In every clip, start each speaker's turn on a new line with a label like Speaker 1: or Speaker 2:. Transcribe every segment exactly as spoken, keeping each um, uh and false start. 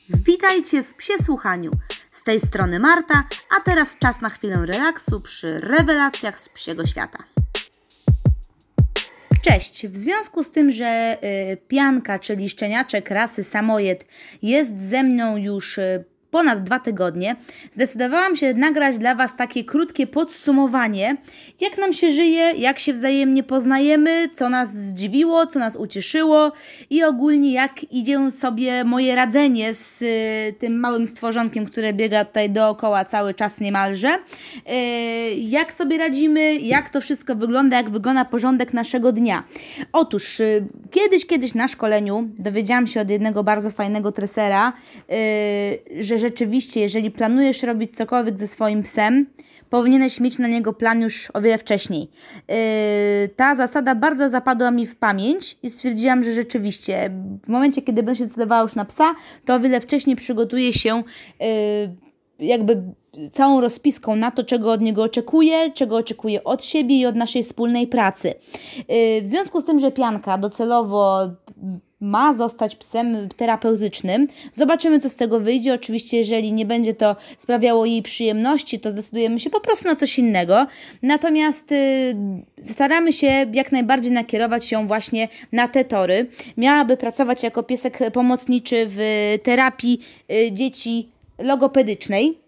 Speaker 1: Witajcie w Psie Słuchaniu. Z tej strony Marta, a teraz czas na chwilę relaksu przy rewelacjach z psiego świata. Cześć! W związku z tym, że y, Pianka, czyli szczeniaczek rasy Samoyed, jest ze mną już y, ponad dwa tygodnie, zdecydowałam się nagrać dla Was takie krótkie podsumowanie, jak nam się żyje, jak się wzajemnie poznajemy, co nas zdziwiło, co nas ucieszyło i ogólnie jak idzie sobie moje radzenie z y, tym małym stworzonkiem, które biega tutaj dookoła cały czas niemalże. Y, jak sobie radzimy, jak to wszystko wygląda, jak wygląda porządek naszego dnia. Otóż y, kiedyś, kiedyś na szkoleniu dowiedziałam się od jednego bardzo fajnego tresera, y, że rzeczywiście, jeżeli planujesz robić cokolwiek ze swoim psem, powinieneś mieć na niego plan już o wiele wcześniej. Yy, ta zasada bardzo zapadła mi w pamięć i stwierdziłam, że rzeczywiście w momencie, kiedy będę się decydowała już na psa, to o wiele wcześniej przygotuję się yy, jakby całą rozpiską na to, czego od niego oczekuję, czego oczekuję od siebie i od naszej wspólnej pracy. Yy, w związku z tym, że Pianka docelowo ma zostać psem terapeutycznym. Zobaczymy, co z tego wyjdzie. Oczywiście, jeżeli nie będzie to sprawiało jej przyjemności, to zdecydujemy się po prostu na coś innego. Natomiast y, staramy się jak najbardziej nakierować się właśnie na te tory. Miałaby pracować jako piesek pomocniczy w terapii y, dzieci logopedycznej.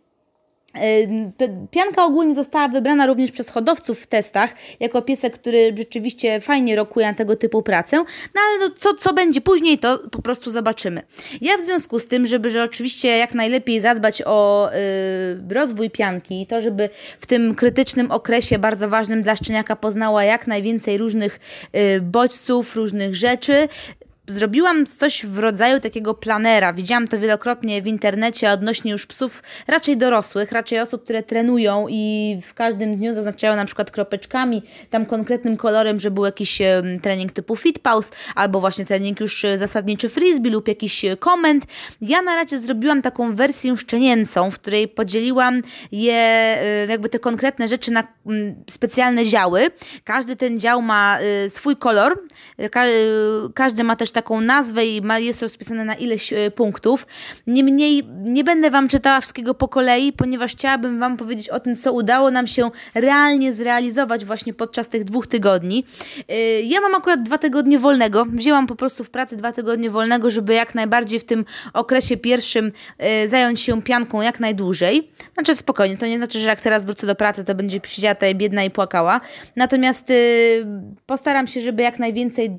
Speaker 1: Pianka ogólnie została wybrana również przez hodowców w testach jako piesek, który rzeczywiście fajnie rokuje na tego typu pracę, no ale no, co, co będzie później, to po prostu zobaczymy. Ja w związku z tym, żeby że oczywiście jak najlepiej zadbać o y, rozwój Pianki i to, żeby w tym krytycznym okresie bardzo ważnym dla szczeniaka poznała jak najwięcej różnych y, bodźców, różnych rzeczy, zrobiłam coś w rodzaju takiego planera. Widziałam to wielokrotnie w internecie odnośnie już psów raczej dorosłych, raczej osób, które trenują i w każdym dniu zaznaczają na przykład kropeczkami, tam konkretnym kolorem, że był jakiś e, trening typu fit pause, albo właśnie trening już zasadniczy frisbee lub jakiś koment. Ja na razie zrobiłam taką wersję szczenięcą, w której podzieliłam je, e, jakby te konkretne rzeczy na m, specjalne działy. Każdy ten dział ma e, swój kolor, Ka- e, każdy ma też taką nazwę i ma, jest rozpisane na ileś y, punktów. Niemniej nie będę Wam czytała wszystkiego po kolei, ponieważ chciałabym Wam powiedzieć o tym, co udało nam się realnie zrealizować właśnie podczas tych dwóch tygodni. Y, ja mam akurat dwa tygodnie wolnego. Wzięłam po prostu w pracy dwa tygodnie wolnego, żeby jak najbardziej w tym okresie pierwszym y, zająć się Pianką jak najdłużej. Znaczy spokojnie, to nie znaczy, że jak teraz wrócę do pracy, to będzie siedziała tutaj biedna i płakała. Natomiast y, postaram się, żeby jak najwięcej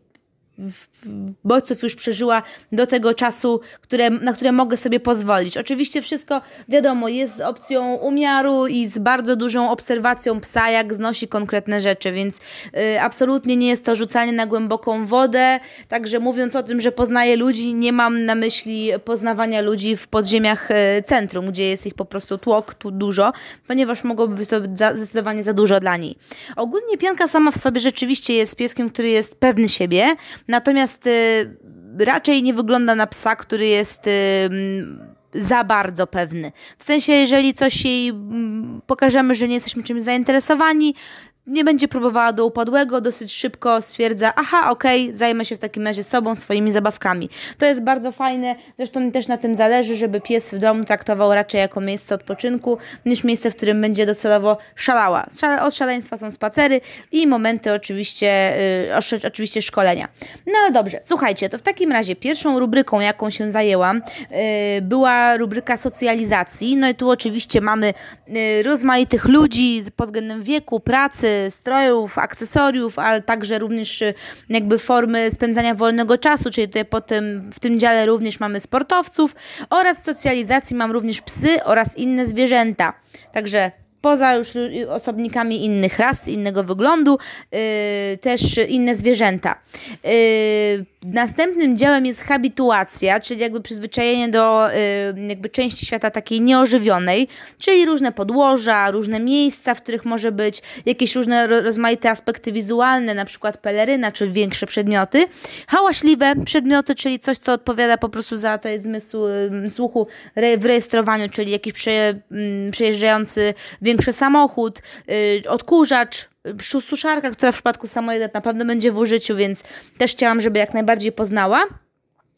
Speaker 1: bodźców już przeżyła do tego czasu, które, na które mogę sobie pozwolić. Oczywiście wszystko, wiadomo, jest z opcją umiaru i z bardzo dużą obserwacją psa, jak znosi konkretne rzeczy, więc y, absolutnie nie jest to rzucanie na głęboką wodę. Także mówiąc o tym, że poznaję ludzi, nie mam na myśli poznawania ludzi w podziemiach y, centrum, gdzie jest ich po prostu tłok, tu dużo, ponieważ mogłoby być to za, zdecydowanie za dużo dla niej. Ogólnie Pianka sama w sobie rzeczywiście jest pieskiem, który jest pewny siebie, natomiast y, raczej nie wygląda na psa, który jest y, za bardzo pewny. W sensie, jeżeli coś jej y, pokażemy, że nie jesteśmy czymś zainteresowani, nie będzie próbowała do upadłego, dosyć szybko stwierdza, aha, okej, okay, zajmę się w takim razie sobą, swoimi zabawkami. To jest bardzo fajne, zresztą mi też na tym zależy, żeby pies w domu traktował raczej jako miejsce odpoczynku, niż miejsce, w którym będzie docelowo szalała. Od szaleństwa są spacery i momenty oczywiście, yy, oczywiście szkolenia. No ale dobrze, słuchajcie, to w takim razie pierwszą rubryką, jaką się zajęłam, yy, była rubryka socjalizacji. No i tu oczywiście mamy yy, rozmaitych ludzi pod względem wieku, pracy, strojów, akcesoriów, ale także również jakby formy spędzania wolnego czasu, czyli tutaj po tym, w tym dziale również mamy sportowców oraz w socjalizacji mam również psy oraz inne zwierzęta. Także poza już osobnikami innych ras, innego wyglądu, yy, też inne zwierzęta. Yy, następnym działem jest habituacja, czyli jakby przyzwyczajenie do yy, jakby części świata takiej nieożywionej, czyli różne podłoża, różne miejsca, w których może być jakieś różne rozmaite aspekty wizualne, na przykład peleryna, czy większe przedmioty. Hałaśliwe przedmioty, czyli coś, co odpowiada po prostu za to jest zmysł yy, słuchu re, w rejestrowaniu, czyli jakiś prze, yy, przejeżdżający większy samochód, yy, odkurzacz, suszarka, która w przypadku Samoyeda na pewno będzie w użyciu, więc też chciałam, żeby jak najbardziej poznała.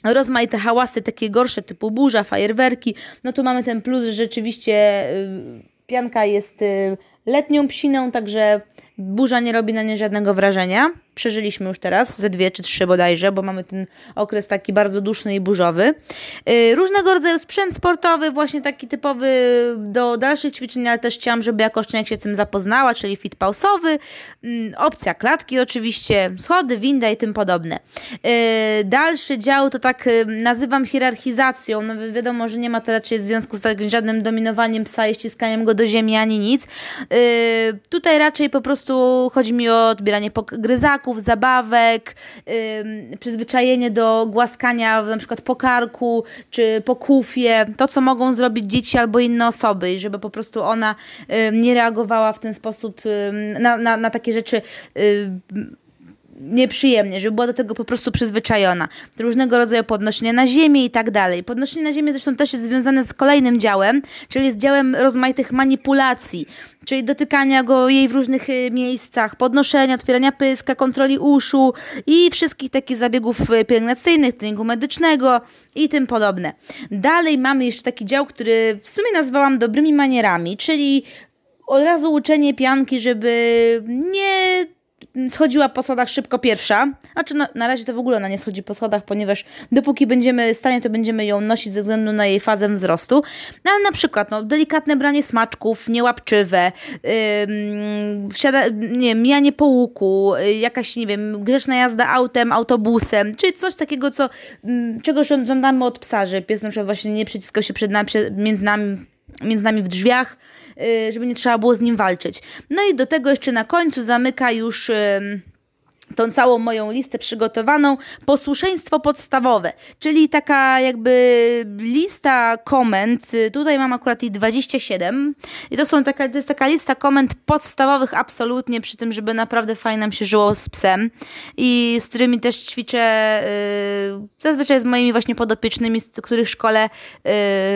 Speaker 1: rozmaite hałasy, takie gorsze typu burza, fajerwerki, no tu mamy ten plus, że rzeczywiście y, pianka jest y, letnią psiną, także burza nie robi na nie żadnego wrażenia. Przeżyliśmy już teraz, ze dwie czy trzy bodajże, bo mamy ten okres taki bardzo duszny i burzowy. Yy, różnego rodzaju sprzęt sportowy, właśnie taki typowy do dalszych ćwiczeń, ale też chciałam, żeby jako szczeniak się z tym zapoznała, czyli fit pausowy, yy, opcja klatki oczywiście, schody, winda i tym podobne. Yy, dalszy dział to tak yy, nazywam hierarchizacją, no wiadomo, że nie ma to raczej w związku z takim żadnym dominowaniem psa i ściskaniem go do ziemi ani nic. Yy, tutaj raczej po prostu chodzi mi o odbieranie gryzaków, zabawek, yy, przyzwyczajenie do głaskania na przykład po karku, czy po kufie, to co mogą zrobić dzieci albo inne osoby i żeby po prostu ona yy, nie reagowała w ten sposób yy, na, na, na takie rzeczy yy, nieprzyjemnie, żeby była do tego po prostu przyzwyczajona. Różnego rodzaju podnoszenie na ziemię i tak dalej. Podnoszenie na ziemię zresztą też jest związane z kolejnym działem, czyli z działem rozmaitych manipulacji, czyli dotykania go jej w różnych y, miejscach, podnoszenia, otwierania pyska, kontroli uszu i wszystkich takich zabiegów pielęgnacyjnych, treningu medycznego i tym podobne. Dalej mamy jeszcze taki dział, który w sumie nazwałam dobrymi manierami, czyli od razu uczenie pianki, żeby nie schodziła po schodach szybko pierwsza. Znaczy no, na razie to w ogóle ona nie schodzi po schodach, ponieważ dopóki będziemy w stanie, to będziemy ją nosić ze względu na jej fazę wzrostu. No ale na przykład no, delikatne branie smaczków, niełapczywe, yy, wsiada, nie wiem, mijanie po łuku, yy, jakaś, nie wiem, grzeczna jazda autem, autobusem, czyli coś takiego, co, yy, czego żądamy od psa, że pies na przykład właśnie nie przyciskał się przed nami, przed, między nami, między nami w drzwiach, żeby nie trzeba było z nim walczyć. No i do tego jeszcze na końcu zamyka już tą całą moją listę przygotowaną posłuszeństwo podstawowe, czyli taka jakby lista komend. Tutaj mam akurat ich dwadzieścia siedem i to są taka, to jest taka lista komend podstawowych absolutnie, przy tym, żeby naprawdę fajnie nam się żyło z psem i z którymi też ćwiczę yy, zazwyczaj z moimi właśnie podopiecznymi, z których szkole yy,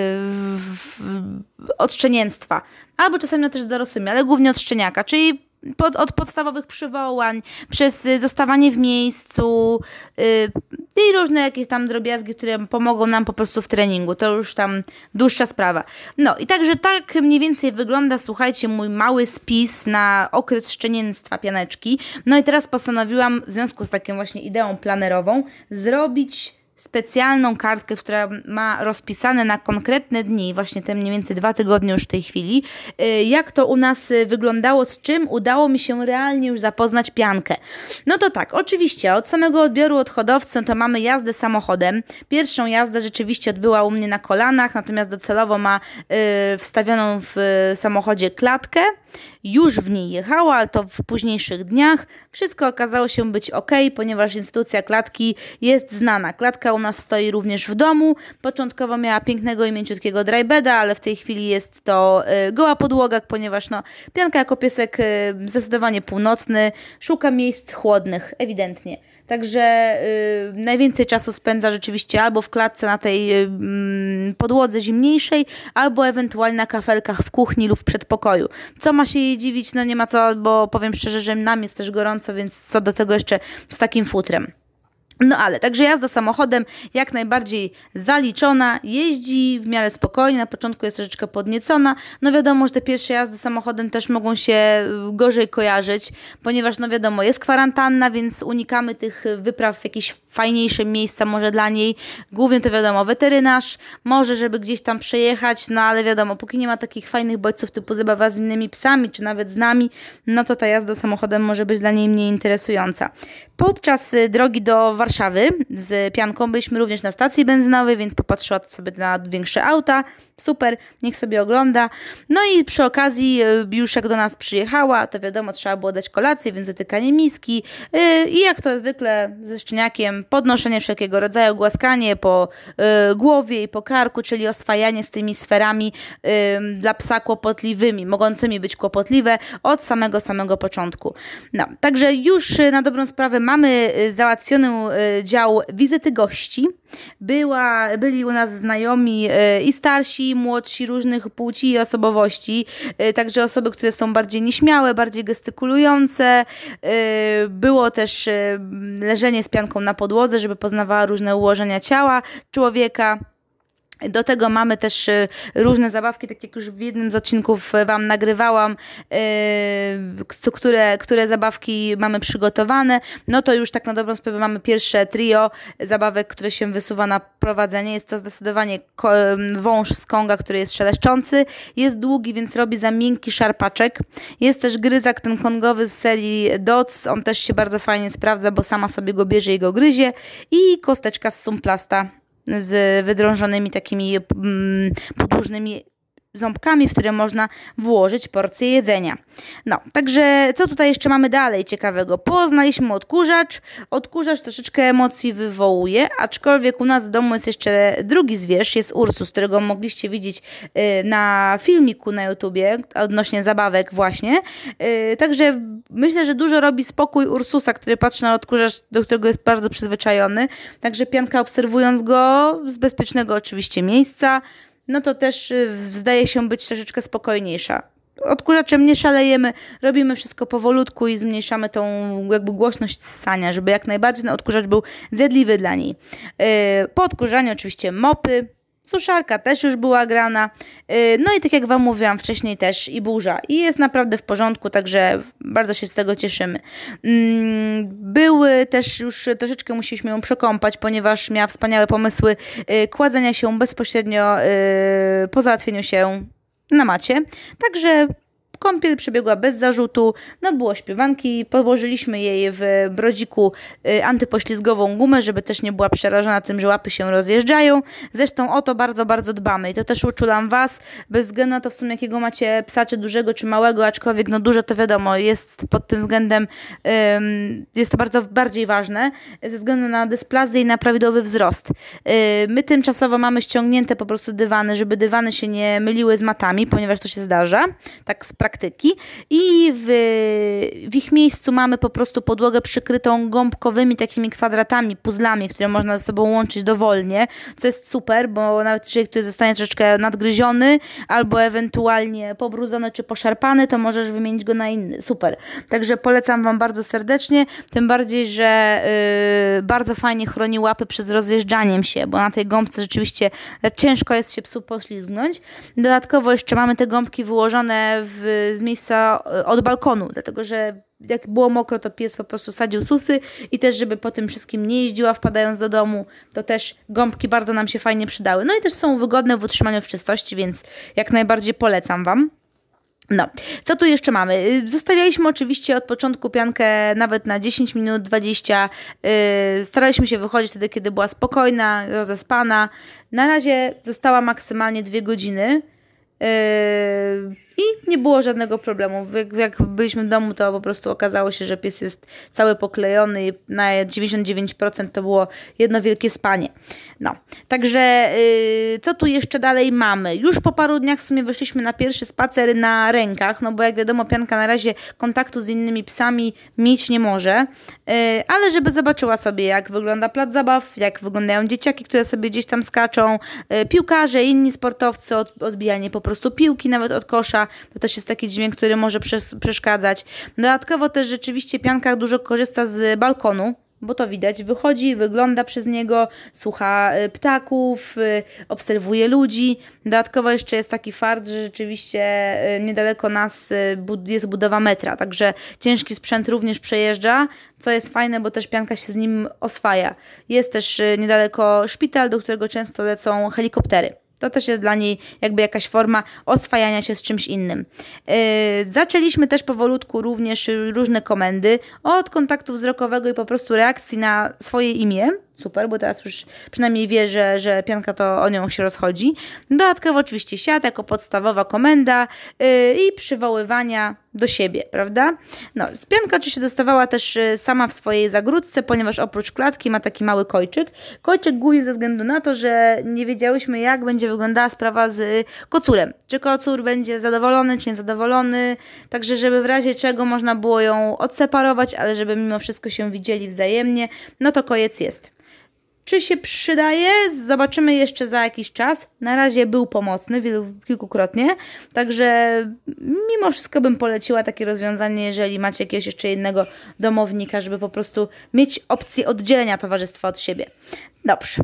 Speaker 1: od szczenięctwa, albo czasami też z dorosłymi, ale głównie od szczeniaka, czyli Pod, od podstawowych przywołań, przez y, zostawanie w miejscu y, i różne jakieś tam drobiazgi, które pomogą nam po prostu w treningu. To już tam dłuższa sprawa. No i także tak mniej więcej wygląda, słuchajcie, mój mały spis na okres szczenięctwa pianeczki. No i teraz postanowiłam w związku z taką właśnie ideą planerową zrobić specjalną kartkę, która ma rozpisane na konkretne dni, właśnie te mniej więcej dwa tygodnie już w tej chwili, jak to u nas wyglądało, z czym udało mi się realnie już zapoznać piankę. No to tak, oczywiście od samego odbioru od hodowcy to mamy jazdę samochodem. Pierwszą jazdę rzeczywiście odbyła u mnie na kolanach, natomiast docelowo ma y, wstawioną w y, samochodzie klatkę. Już w niej jechała, ale to w późniejszych dniach. Wszystko okazało się być ok, ponieważ instytucja klatki jest znana. Klatka u nas stoi również w domu. Początkowo miała pięknego i mięciutkiego drybeda, ale w tej chwili jest to y, goła podłoga, ponieważ no, pianka jako piesek y, zdecydowanie północny, szuka miejsc chłodnych, ewidentnie. Także y, najwięcej czasu spędza rzeczywiście albo w klatce na tej y, podłodze zimniejszej, albo ewentualnie na kafelkach w kuchni lub w przedpokoju. Co ma się jej dziwić? No nie ma co, bo powiem szczerze, że nam jest też gorąco, więc co do tego jeszcze z takim futrem. No ale, także jazda samochodem jak najbardziej zaliczona, jeździ w miarę spokojnie, na początku jest troszeczkę podniecona, no wiadomo, że te pierwsze jazdy samochodem też mogą się gorzej kojarzyć, ponieważ no wiadomo, jest kwarantanna, więc unikamy tych wypraw w jakieś fajniejsze miejsca może dla niej, głównie to wiadomo weterynarz, może żeby gdzieś tam przejechać, no ale wiadomo, póki nie ma takich fajnych bodźców typu zabawa z innymi psami, czy nawet z nami, no to ta jazda samochodem może być dla niej mniej interesująca. Podczas drogi do Warszawy z pianką byliśmy również na stacji benzynowej, więc popatrzyła sobie na większe auta. Super, niech sobie ogląda. No i przy okazji już jak do nas przyjechała, to wiadomo, trzeba było dać kolację, więc dotykanie miski yy, i jak to zwykle ze szczeniakiem, podnoszenie wszelkiego rodzaju, głaskanie po yy, głowie i po karku, czyli oswajanie z tymi sferami yy, dla psa kłopotliwymi, mogącymi być kłopotliwe od samego, samego początku. No, także już na dobrą sprawę mamy załatwioną dział wizyty gości. Była, byli u nas znajomi i starsi, i młodsi, różnych płci i osobowości, także osoby, które są bardziej nieśmiałe, bardziej gestykulujące. Było też leżenie z pianką na podłodze, żeby poznawała różne ułożenia ciała człowieka. Do tego mamy też różne zabawki, tak jak już w jednym z odcinków Wam nagrywałam, yy, które, które zabawki mamy przygotowane. No to już tak na dobrą sprawę mamy pierwsze trio zabawek, które się wysuwa na prowadzenie. Jest to zdecydowanie wąż z Konga, który jest szeleszczący. Jest długi, więc robi za miękki szarpaczek. Jest też gryzak ten kongowy z serii Dots. On też się bardzo fajnie sprawdza, bo sama sobie go bierze i go gryzie. I kosteczka z Sumplasta z wydrążonymi takimi mm, podłużnymi ząbkami, w które można włożyć porcję jedzenia. No, także co tutaj jeszcze mamy dalej ciekawego? Poznaliśmy odkurzacz. Odkurzacz troszeczkę emocji wywołuje, aczkolwiek u nas w domu jest jeszcze drugi zwierz, jest Ursus, którego mogliście widzieć y, na filmiku na YouTubie odnośnie zabawek właśnie. Y, także myślę, że dużo robi spokój Ursusa, który patrzy na odkurzacz, do którego jest bardzo przyzwyczajony. Także pianka, obserwując go z bezpiecznego oczywiście miejsca, no to też zdaje się być troszeczkę spokojniejsza. Odkurzaczem nie szalejemy, robimy wszystko powolutku i zmniejszamy tą jakby głośność ssania, żeby jak najbardziej ten odkurzacz był zjadliwy dla niej. Po odkurzaniu oczywiście mopy, suszarka też już była grana, no i tak jak Wam mówiłam wcześniej też i burza. I jest naprawdę w porządku, także bardzo się z tego cieszymy. Były też już, troszeczkę musieliśmy ją przekąpać, ponieważ miała wspaniałe pomysły kładzenia się bezpośrednio po załatwieniu się na macie. Także kąpiel przebiegła bez zarzutu, no było śpiewanki, podłożyliśmy jej w brodziku y, antypoślizgową gumę, żeby też nie była przerażona tym, że łapy się rozjeżdżają. Zresztą o to bardzo, bardzo dbamy i to też uczulam Was, bez względu na to w sumie jakiego macie psa, czy dużego, czy małego, aczkolwiek no duże to wiadomo, jest pod tym względem, ym, jest to bardzo bardziej ważne, ze względu na dysplazję i na prawidłowy wzrost. Yy, my tymczasowo mamy ściągnięte po prostu dywany, żeby dywany się nie myliły z matami, ponieważ to się zdarza, tak z praktyki i w, w ich miejscu mamy po prostu podłogę przykrytą gąbkowymi takimi kwadratami, puzzlami, które można ze sobą łączyć dowolnie, co jest super, bo nawet jeżeli ktoś zostanie troszeczkę nadgryziony albo ewentualnie pobrudzony czy poszarpany, to możesz wymienić go na inny. Super. Także polecam Wam bardzo serdecznie, tym bardziej, że yy, bardzo fajnie chroni łapy przed rozjeżdżaniem się, bo na tej gąbce rzeczywiście ciężko jest się psu poślizgnąć. Dodatkowo jeszcze mamy te gąbki wyłożone w z miejsca od balkonu, dlatego że jak było mokro, to pies po prostu sadził susy i też, żeby po tym wszystkim nie jeździła wpadając do domu, to też gąbki bardzo nam się fajnie przydały. No i też są wygodne w utrzymaniu w czystości, więc jak najbardziej polecam Wam. No, co tu jeszcze mamy? Zostawialiśmy oczywiście od początku piankę nawet na dziesięć minut, dwadzieścia. Yy, staraliśmy się wychodzić wtedy, kiedy była spokojna, rozespana. Na razie została maksymalnie dwie godziny. Yy, I nie było żadnego problemu. Jak, jak byliśmy w domu, to po prostu okazało się, że pies jest cały poklejony i na dziewięćdziesiąt dziewięć procent to było jedno wielkie spanie. No, także yy, co tu jeszcze dalej mamy? Już po paru dniach w sumie wyszliśmy na pierwszy spacer na rękach, no bo jak wiadomo, pianka na razie kontaktu z innymi psami mieć nie może, yy, ale żeby zobaczyła sobie, jak wygląda plac zabaw, jak wyglądają dzieciaki, które sobie gdzieś tam skaczą, yy, piłkarze, inni sportowcy, od, odbijanie po prostu piłki nawet od kosza. To też jest taki dźwięk, który może przes- przeszkadzać. Dodatkowo też rzeczywiście pianka dużo korzysta z balkonu, bo to widać, wychodzi, wygląda przez niego, słucha ptaków, obserwuje ludzi. Dodatkowo jeszcze jest taki fakt, że rzeczywiście niedaleko nas jest budowa metra, także ciężki sprzęt również przejeżdża, co jest fajne, bo też pianka się z nim oswaja. Jest też niedaleko szpital, do którego często lecą helikoptery. To też jest dla niej jakby jakaś forma oswajania się z czymś innym. Yy, zaczęliśmy też powolutku również różne komendy od kontaktu wzrokowego i po prostu reakcji na swoje imię. super, bo teraz już przynajmniej wie, że, że pianka to o nią się rozchodzi. Dodatkowo oczywiście siat jako podstawowa komenda yy, i przywoływania do siebie, prawda? No, pianka oczywiście dostawała też sama w swojej zagródce, ponieważ oprócz klatki ma taki mały kojczyk. Kojczyk głównie ze względu na to, że nie wiedziałyśmy, jak będzie wyglądała sprawa z kocurem. Czy kocur będzie zadowolony, czy niezadowolony, także żeby w razie czego można było ją odseparować, ale żeby mimo wszystko się widzieli wzajemnie, no to kojec jest. Czy się przydaje? Zobaczymy jeszcze za jakiś czas. Na razie był pomocny wielu, kilkukrotnie, także mimo wszystko bym poleciła takie rozwiązanie, jeżeli macie jakiegoś jeszcze jednego domownika, żeby po prostu mieć opcję oddzielenia towarzystwa od siebie. Dobrze.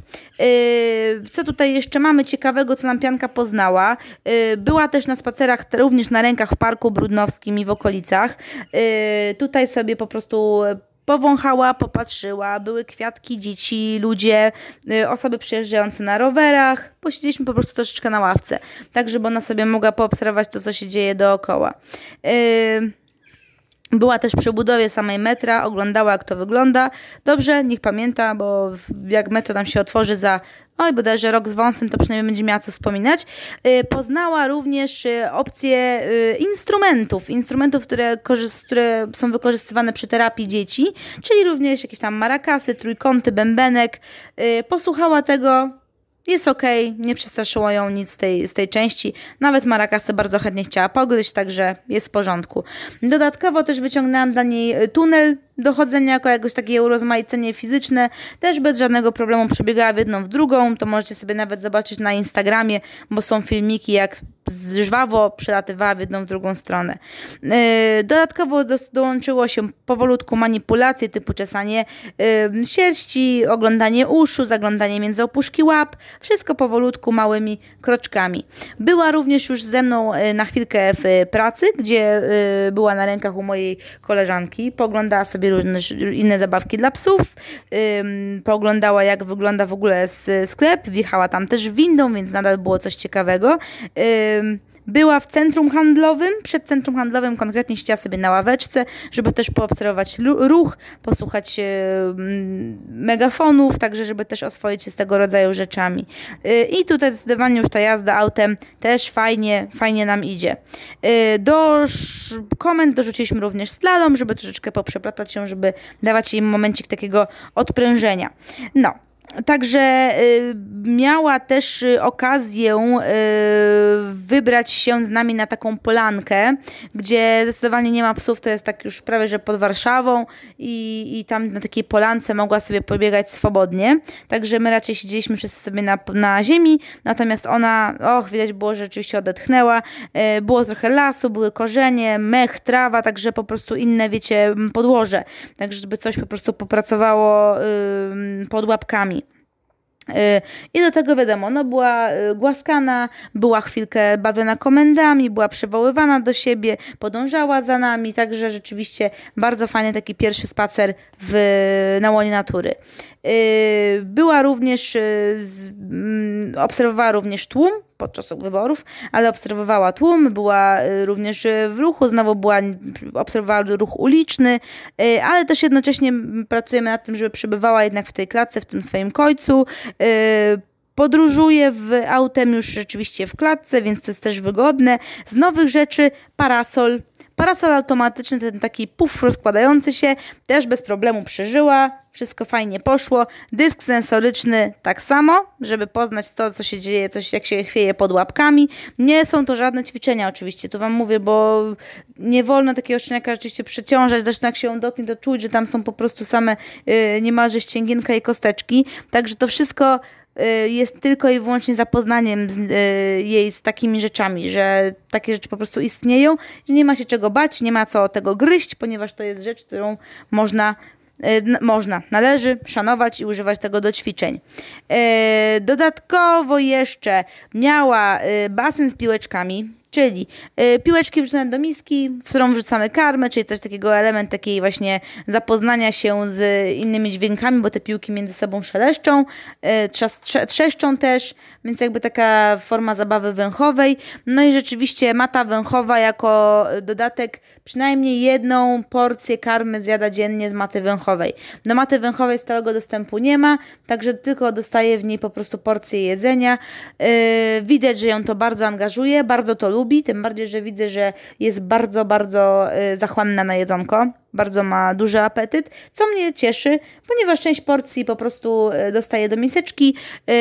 Speaker 1: Yy, co tutaj jeszcze mamy ciekawego, co nam pianka poznała? Yy, była też na spacerach, również na rękach w Parku Brudnowskim i w okolicach. Yy, tutaj sobie po prostu powąchała, popatrzyła, były kwiatki, dzieci, ludzie, y, osoby przyjeżdżające na rowerach. Posiedzieliśmy po prostu troszeczkę na ławce, tak żeby ona sobie mogła poobserwować to, co się dzieje dookoła. Y, Była też przy budowie samej metra, oglądała jak to wygląda. Dobrze, niech pamięta, bo jak metro nam się otworzy za oj, bodajże rok z wąsem, to przynajmniej będzie miała co wspominać. Yy, poznała również yy, opcje yy, instrumentów, instrumentów, które, korzyst- które są wykorzystywane przy terapii dzieci, czyli również jakieś tam marakasy, trójkąty, bębenek. Yy, posłuchała tego. Jest okej, okay, nie przestraszyło ją nic z tej, z tej części. Nawet marakasy bardzo chętnie chciała pogryźć, także jest w porządku. Dodatkowo też wyciągnęłam dla niej tunel do chodzenia jako jakoś takie urozmaicenie fizyczne. Też bez żadnego problemu przebiegała w jedną, w drugą. To możecie sobie nawet zobaczyć na Instagramie, bo są filmiki, jak żwawo przelatywała w jedną, w drugą stronę. Yy, dodatkowo do, dołączyło się powolutku manipulacje typu czesanie yy, sierści, oglądanie uszu, zaglądanie między opuszki łap. Wszystko powolutku, małymi kroczkami. Była również już ze mną yy, na chwilkę w pracy, gdzie yy, była na rękach u mojej koleżanki. Pooglądała sobie różne inne zabawki dla psów. Yy, pooglądała, jak wygląda w ogóle sklep. Wjechała tam też windą, więc nadal było coś ciekawego. Yy, Była w centrum handlowym, przed centrum handlowym konkretnie siedziała sobie na ławeczce, żeby też poobserwować ruch, posłuchać yy, megafonów, także żeby też oswoić się z tego rodzaju rzeczami. Yy, I tutaj zdecydowanie już ta jazda autem też fajnie, fajnie nam idzie. Yy, do sz- komend dorzuciliśmy również slalom, żeby troszeczkę poprzeplatać się, żeby dawać jej momencik takiego odprężenia. No. Także y, miała też y, okazję y, wybrać się z nami na taką polankę, gdzie zdecydowanie nie ma psów, to jest tak już prawie, że pod Warszawą i, i tam na takiej polance mogła sobie pobiegać swobodnie. Także my raczej siedzieliśmy wszyscy sobie na, na ziemi, natomiast ona, och, widać było, że rzeczywiście odetchnęła. Y, było trochę lasu, były korzenie, mech, trawa, także po prostu inne, wiecie, podłoże. Także żeby coś po prostu popracowało y, pod łapkami. I do tego wiadomo, no była głaskana, była chwilkę bawiona komendami, była przywoływana do siebie, podążała za nami, także rzeczywiście bardzo fajny taki pierwszy spacer w, na łonie natury. Była również, obserwowała również tłum podczas wyborów, ale obserwowała tłum, była również w ruchu, znowu była, obserwowała ruch uliczny, ale też jednocześnie pracujemy nad tym, żeby przebywała jednak w tej klatce, w tym swoim kojcu. Podróżuje w autem już rzeczywiście w klatce, więc to jest też wygodne. Z nowych rzeczy parasol. Parasol automatyczny, ten taki puf rozkładający się, też bez problemu przeżyła, wszystko fajnie poszło. Dysk sensoryczny tak samo, żeby poznać to, co się dzieje, coś jak się chwieje pod łapkami. Nie są to żadne ćwiczenia oczywiście, tu wam mówię, bo nie wolno takiego szczeniaka rzeczywiście przeciążać, zresztą jak się ją dotknie, to czuć, że tam są po prostu same yy, niemalże ścięgienka i kosteczki, także to wszystko jest tylko i wyłącznie zapoznaniem z, y, jej z takimi rzeczami, że takie rzeczy po prostu istnieją, że nie ma się czego bać, nie ma co tego gryźć, ponieważ to jest rzecz, którą można, y, n- można, należy szanować i używać tego do ćwiczeń. Y, dodatkowo jeszcze miała y, basen z piłeczkami. Czyli y, piłeczki wrzucone do miski, w którą wrzucamy karmę, czyli coś takiego, element takiej właśnie zapoznania się z innymi dźwiękami, bo te piłki między sobą szeleszczą, y, trzas, trze, trzeszczą też, więc jakby taka forma zabawy węchowej. No i rzeczywiście mata węchowa jako dodatek przynajmniej jedną porcję karmy zjada dziennie z maty węchowej. Do maty węchowej stałego dostępu nie ma, także tylko dostaje w niej po prostu porcję jedzenia. Yy, widać, że ją to bardzo angażuje, bardzo to lubi, tym bardziej, że widzę, że jest bardzo, bardzo yy, zachłanna na jedzonko. Bardzo ma duży apetyt, co mnie cieszy, ponieważ część porcji po prostu dostaje do miseczki,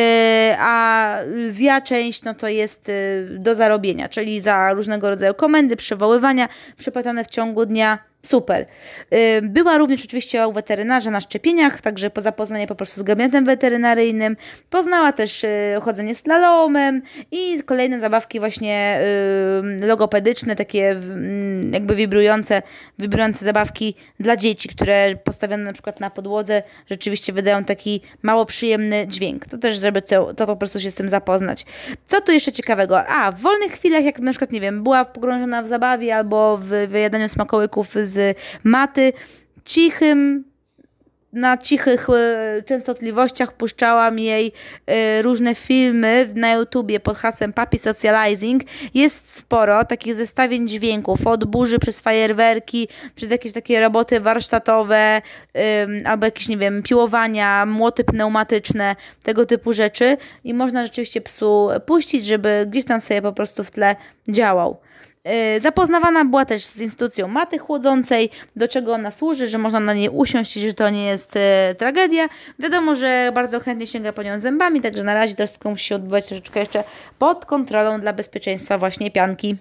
Speaker 1: a lwia część no to jest do zarobienia, czyli za różnego rodzaju komendy, przywoływania, przypłatane w ciągu dnia. Super. Była również oczywiście u weterynarza na szczepieniach, także po zapoznaniu po prostu z gabinetem weterynaryjnym. Poznała też chodzenie slalomem i kolejne zabawki właśnie logopedyczne, takie jakby wibrujące, wibrujące zabawki dla dzieci, które postawione na przykład na podłodze rzeczywiście wydają taki mało przyjemny dźwięk. To też, żeby to, to po prostu się z tym zapoznać. Co tu jeszcze ciekawego? A, w wolnych chwilach, jak na przykład, nie wiem, była pogrążona w zabawie albo w wyjadaniu smakołyków z maty, cichym, na cichych y, częstotliwościach puszczałam jej y, różne filmy na YouTubie pod hasłem Puppy Socializing. Jest sporo takich zestawień dźwięków, od burzy przez fajerwerki, przez jakieś takie roboty warsztatowe, y, albo jakieś, nie wiem, piłowania, młoty pneumatyczne, tego typu rzeczy i można rzeczywiście psu puścić, żeby gdzieś tam sobie po prostu w tle działał. Zapoznawana była też z instytucją maty chłodzącej, do czego ona służy, że można na niej usiąść i że to nie jest e, tragedia. Wiadomo, że bardzo chętnie sięga po nią zębami, także na razie to wszystko musi się odbywać troszeczkę jeszcze pod kontrolą dla bezpieczeństwa właśnie pianki.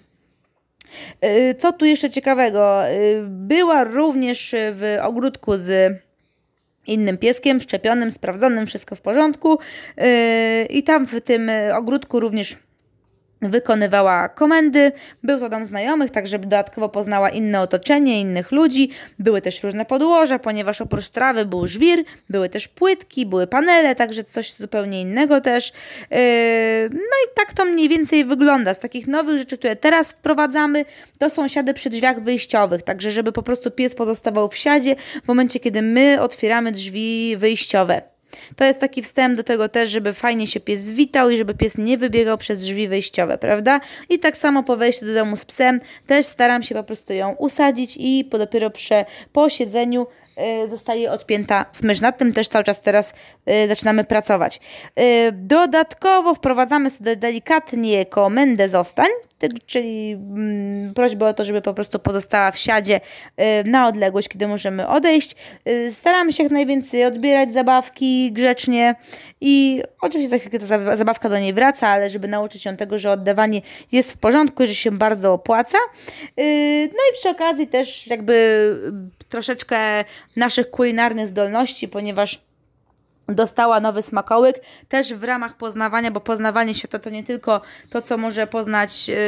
Speaker 1: E, co tu jeszcze ciekawego? E, była również w ogródku z innym pieskiem, szczepionym, sprawdzonym, wszystko w porządku e, i tam w tym ogródku również wykonywała komendy, był to dom znajomych, tak żeby dodatkowo poznała inne otoczenie, innych ludzi. Były też różne podłoża, ponieważ oprócz trawy był żwir, były też płytki, były panele, także coś zupełnie innego też. Yy, no i tak to mniej więcej wygląda. Z takich nowych rzeczy, które teraz wprowadzamy, to są siady przy drzwiach wyjściowych, także żeby po prostu pies pozostawał w siadzie w momencie, kiedy my otwieramy drzwi wyjściowe. To jest taki wstęp do tego też, żeby fajnie się pies witał i żeby pies nie wybiegał przez drzwi wyjściowe, prawda? I tak samo po wejściu do domu z psem też staram się po prostu ją usadzić i po dopiero przy posiedzeniu y, dostaje odpięta smycz. Nad tym też cały czas teraz y, zaczynamy pracować. Y, dodatkowo wprowadzamy sobie delikatnie komendę zostań, czyli mm, prośbę o to, żeby po prostu pozostała w siadzie y, na odległość, kiedy możemy odejść. Y, staramy się jak najwięcej odbierać zabawki grzecznie i oczywiście za chwilkę ta zabawka do niej wraca, ale żeby nauczyć ją tego, że oddawanie jest w porządku i że się bardzo opłaca. Y, no i przy okazji też jakby troszeczkę naszych kulinarnych zdolności, ponieważ dostała nowy smakołyk, też w ramach poznawania, bo poznawanie świata to nie tylko to, co może poznać yy,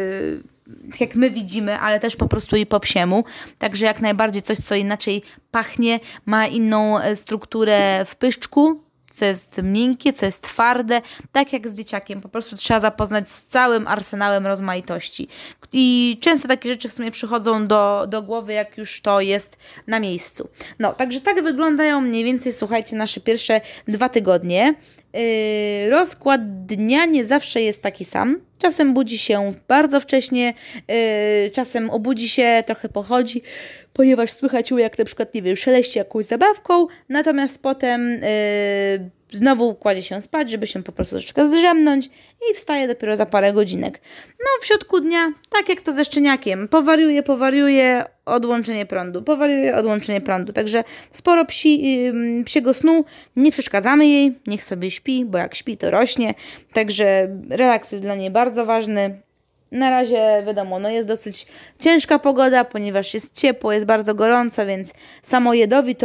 Speaker 1: jak my widzimy, ale też po prostu i po psiemu. Także jak najbardziej coś, co inaczej pachnie, ma inną strukturę w pyszczku, co jest miękkie, co jest twarde, tak jak z dzieciakiem. Po prostu trzeba zapoznać z całym arsenałem rozmaitości. I często takie rzeczy w sumie przychodzą do, do głowy, jak już to jest na miejscu. No, także tak wyglądają mniej więcej, słuchajcie, nasze pierwsze dwa tygodnie. Yy, rozkład dnia nie zawsze jest taki sam. Czasem budzi się bardzo wcześnie, yy, czasem obudzi się, trochę pochodzi, ponieważ słychać jak na przykład, nie wiem, szeleści jakąś zabawką, natomiast potem yy, znowu kładzie się spać, żeby się po prostu troszeczkę zdrzemnąć i wstaje dopiero za parę godzinek. No, w środku dnia, tak jak to ze szczeniakiem, powariuje, powariuje, odłączenie prądu, powariuje, odłączenie prądu. Także sporo psi, yy, psiego snu, nie przeszkadzamy jej, niech sobie śpi, bo jak śpi, to rośnie. Także relaks jest dla niej bardzo ważny. Na razie wiadomo, no jest dosyć ciężka pogoda, ponieważ jest ciepło, jest bardzo gorąco, więc samojedowi to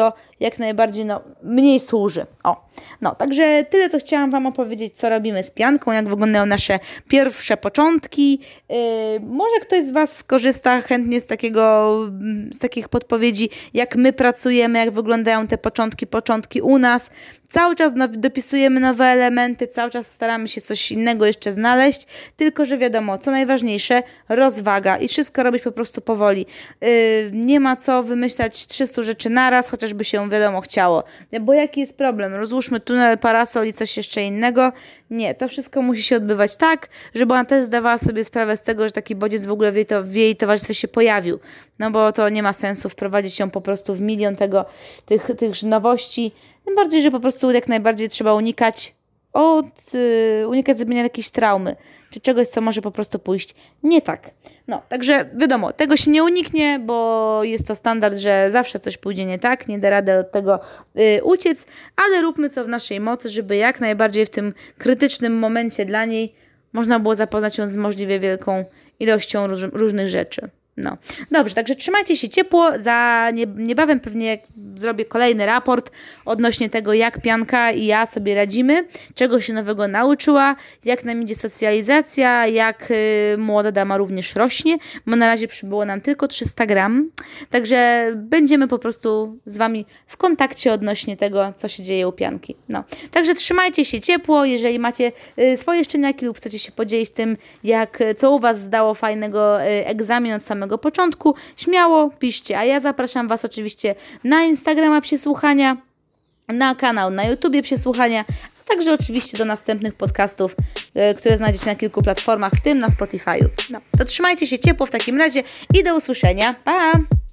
Speaker 1: jak najbardziej no, mniej służy. O, no, także tyle to chciałam Wam opowiedzieć, co robimy z pianką, jak wyglądają nasze pierwsze początki. Yy, może ktoś z Was skorzysta chętnie z takiego, z takich podpowiedzi, jak my pracujemy, jak wyglądają te początki, początki u nas. Cały czas no, dopisujemy nowe elementy, cały czas staramy się coś innego jeszcze znaleźć, tylko że wiadomo, co najważniejsze, rozwaga i wszystko robić po prostu powoli. Yy, nie ma co wymyślać trzysta rzeczy naraz, chociażby się wiadomo chciało. Bo jaki jest problem? Rozłóżmy tunel, parasol i coś jeszcze innego. Nie, to wszystko musi się odbywać tak, żeby ona też zdawała sobie sprawę z tego, że taki bodziec w ogóle w jej, to, w jej towarzystwie się pojawił. No bo to nie ma sensu wprowadzić ją po prostu w milion tego, tych, tych nowości. Tym bardziej, że po prostu jak najbardziej trzeba unikać od, yy, unikać zrobienia jakiejś traumy, czy czegoś, co może po prostu pójść nie tak. No, także wiadomo, tego się nie uniknie, bo jest to standard, że zawsze coś pójdzie nie tak, nie da rady od tego yy, uciec, ale róbmy co w naszej mocy, żeby jak najbardziej w tym krytycznym momencie dla niej można było zapoznać ją z możliwie wielką ilością róż, różnych rzeczy. No, dobrze, także trzymajcie się ciepło, za nie, niebawem pewnie zrobię kolejny raport odnośnie tego, jak pianka i ja sobie radzimy, czego się nowego nauczyła, jak nam idzie socjalizacja, jak y, młoda dama również rośnie, bo na razie przybyło nam tylko trzysta gram, także będziemy po prostu z Wami w kontakcie odnośnie tego, co się dzieje u pianki. No, także trzymajcie się ciepło, jeżeli macie y, swoje szczeniaki lub chcecie się podzielić tym, jak, co u Was zdało fajnego y, egzamin od samego początku, śmiało piszcie, a ja zapraszam Was oczywiście na Instagrama Psiesłuchania, na kanał na YouTubie Psiesłuchania, a także oczywiście do następnych podcastów, y, które znajdziecie na kilku platformach, w tym na Spotify'u. No, to trzymajcie się ciepło w takim razie i do usłyszenia. Pa!